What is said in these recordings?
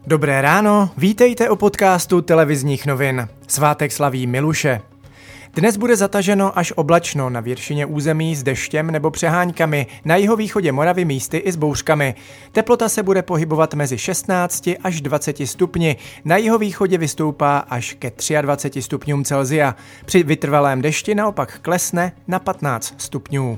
Dobré ráno, vítejte u podcastu televizních novin. Svátek slaví Miluše. Dnes bude zataženo až oblačno, na většině území s deštěm nebo přeháňkami, na jihovýchodě Moravy místy i s bouřkami. Teplota se bude pohybovat mezi 16 až 20 stupni, na jihovýchodě vystoupá až ke 23 stupňům Celsia. Při vytrvalém dešti naopak klesne na 15 stupňů.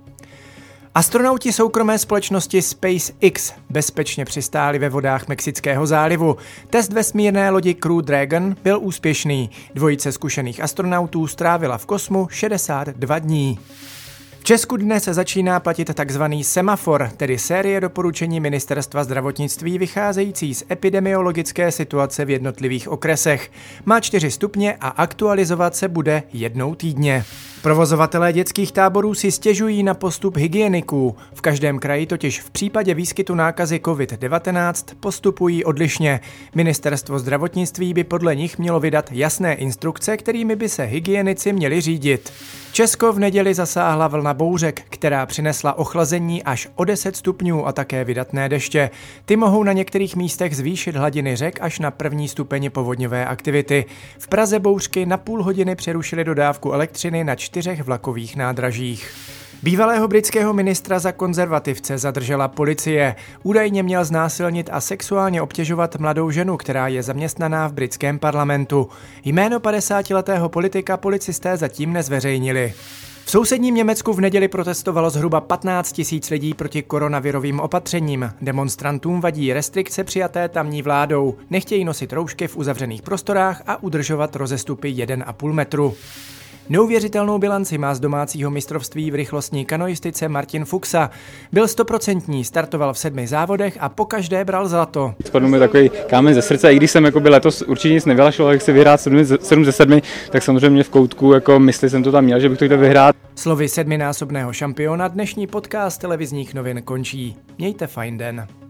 Astronauti soukromé společnosti SpaceX bezpečně přistáli ve vodách Mexického zálivu. Test vesmírné lodi Crew Dragon byl úspěšný. Dvojice zkušených astronautů strávila v kosmu 62 dní. V Česku dnes začíná platit takzvaný semafor, tedy série doporučení Ministerstva zdravotnictví vycházející z epidemiologické situace v jednotlivých okresech. Má 4 stupně a aktualizovat se bude jednou týdně. Provozovatelé dětských táborů si stěžují na postup hygieniků. V každém kraji totiž v případě výskytu nákazy COVID-19 postupují odlišně. Ministerstvo zdravotnictví by podle nich mělo vydat jasné instrukce, kterými by se hygienici měli řídit. Česko v neděli zasáhla vlna bouřek, která přinesla ochlazení až o 10 stupňů a také vydatné deště. Ty mohou na některých místech zvýšit hladiny řek až na 1. stupeň povodňové aktivity. V Praze bouřky na půl hodiny přerušily dodávku elektřiny na 4 vlakových nádražích. Bývalého britského ministra za konzervativce zadržela policie. Údajně měl znásilnit a sexuálně obtěžovat mladou ženu, která je zaměstnaná v britském parlamentu. Jméno 50letého politika policisté zatím nezveřejnili. V sousedním Německu v neděli protestovalo zhruba 15 000 lidí proti koronavirovým opatřením. Demonstrantům vadí restrikce přijaté tamní vládou. Nechtějí nosit roušky v uzavřených prostorách a udržovat rozestupy 1,5 metru. Neuvěřitelnou bilanci má z domácího mistrovství v rychlostní kanoistice Martin Fuxa. Byl 100%, startoval v 7 závodech a pokaždé bral zlato. Spadl mi takový kámen ze srdce, i když jsem letos určitě nic nevyhlašoval, jak si vyhrát 7 ze 7, tak samozřejmě v koutku mysli jsem to tam měl, že bych to chtěl vyhrát. Slovy 7násobného šampiona dnešní podcast televizních novin končí. Mějte fajn den.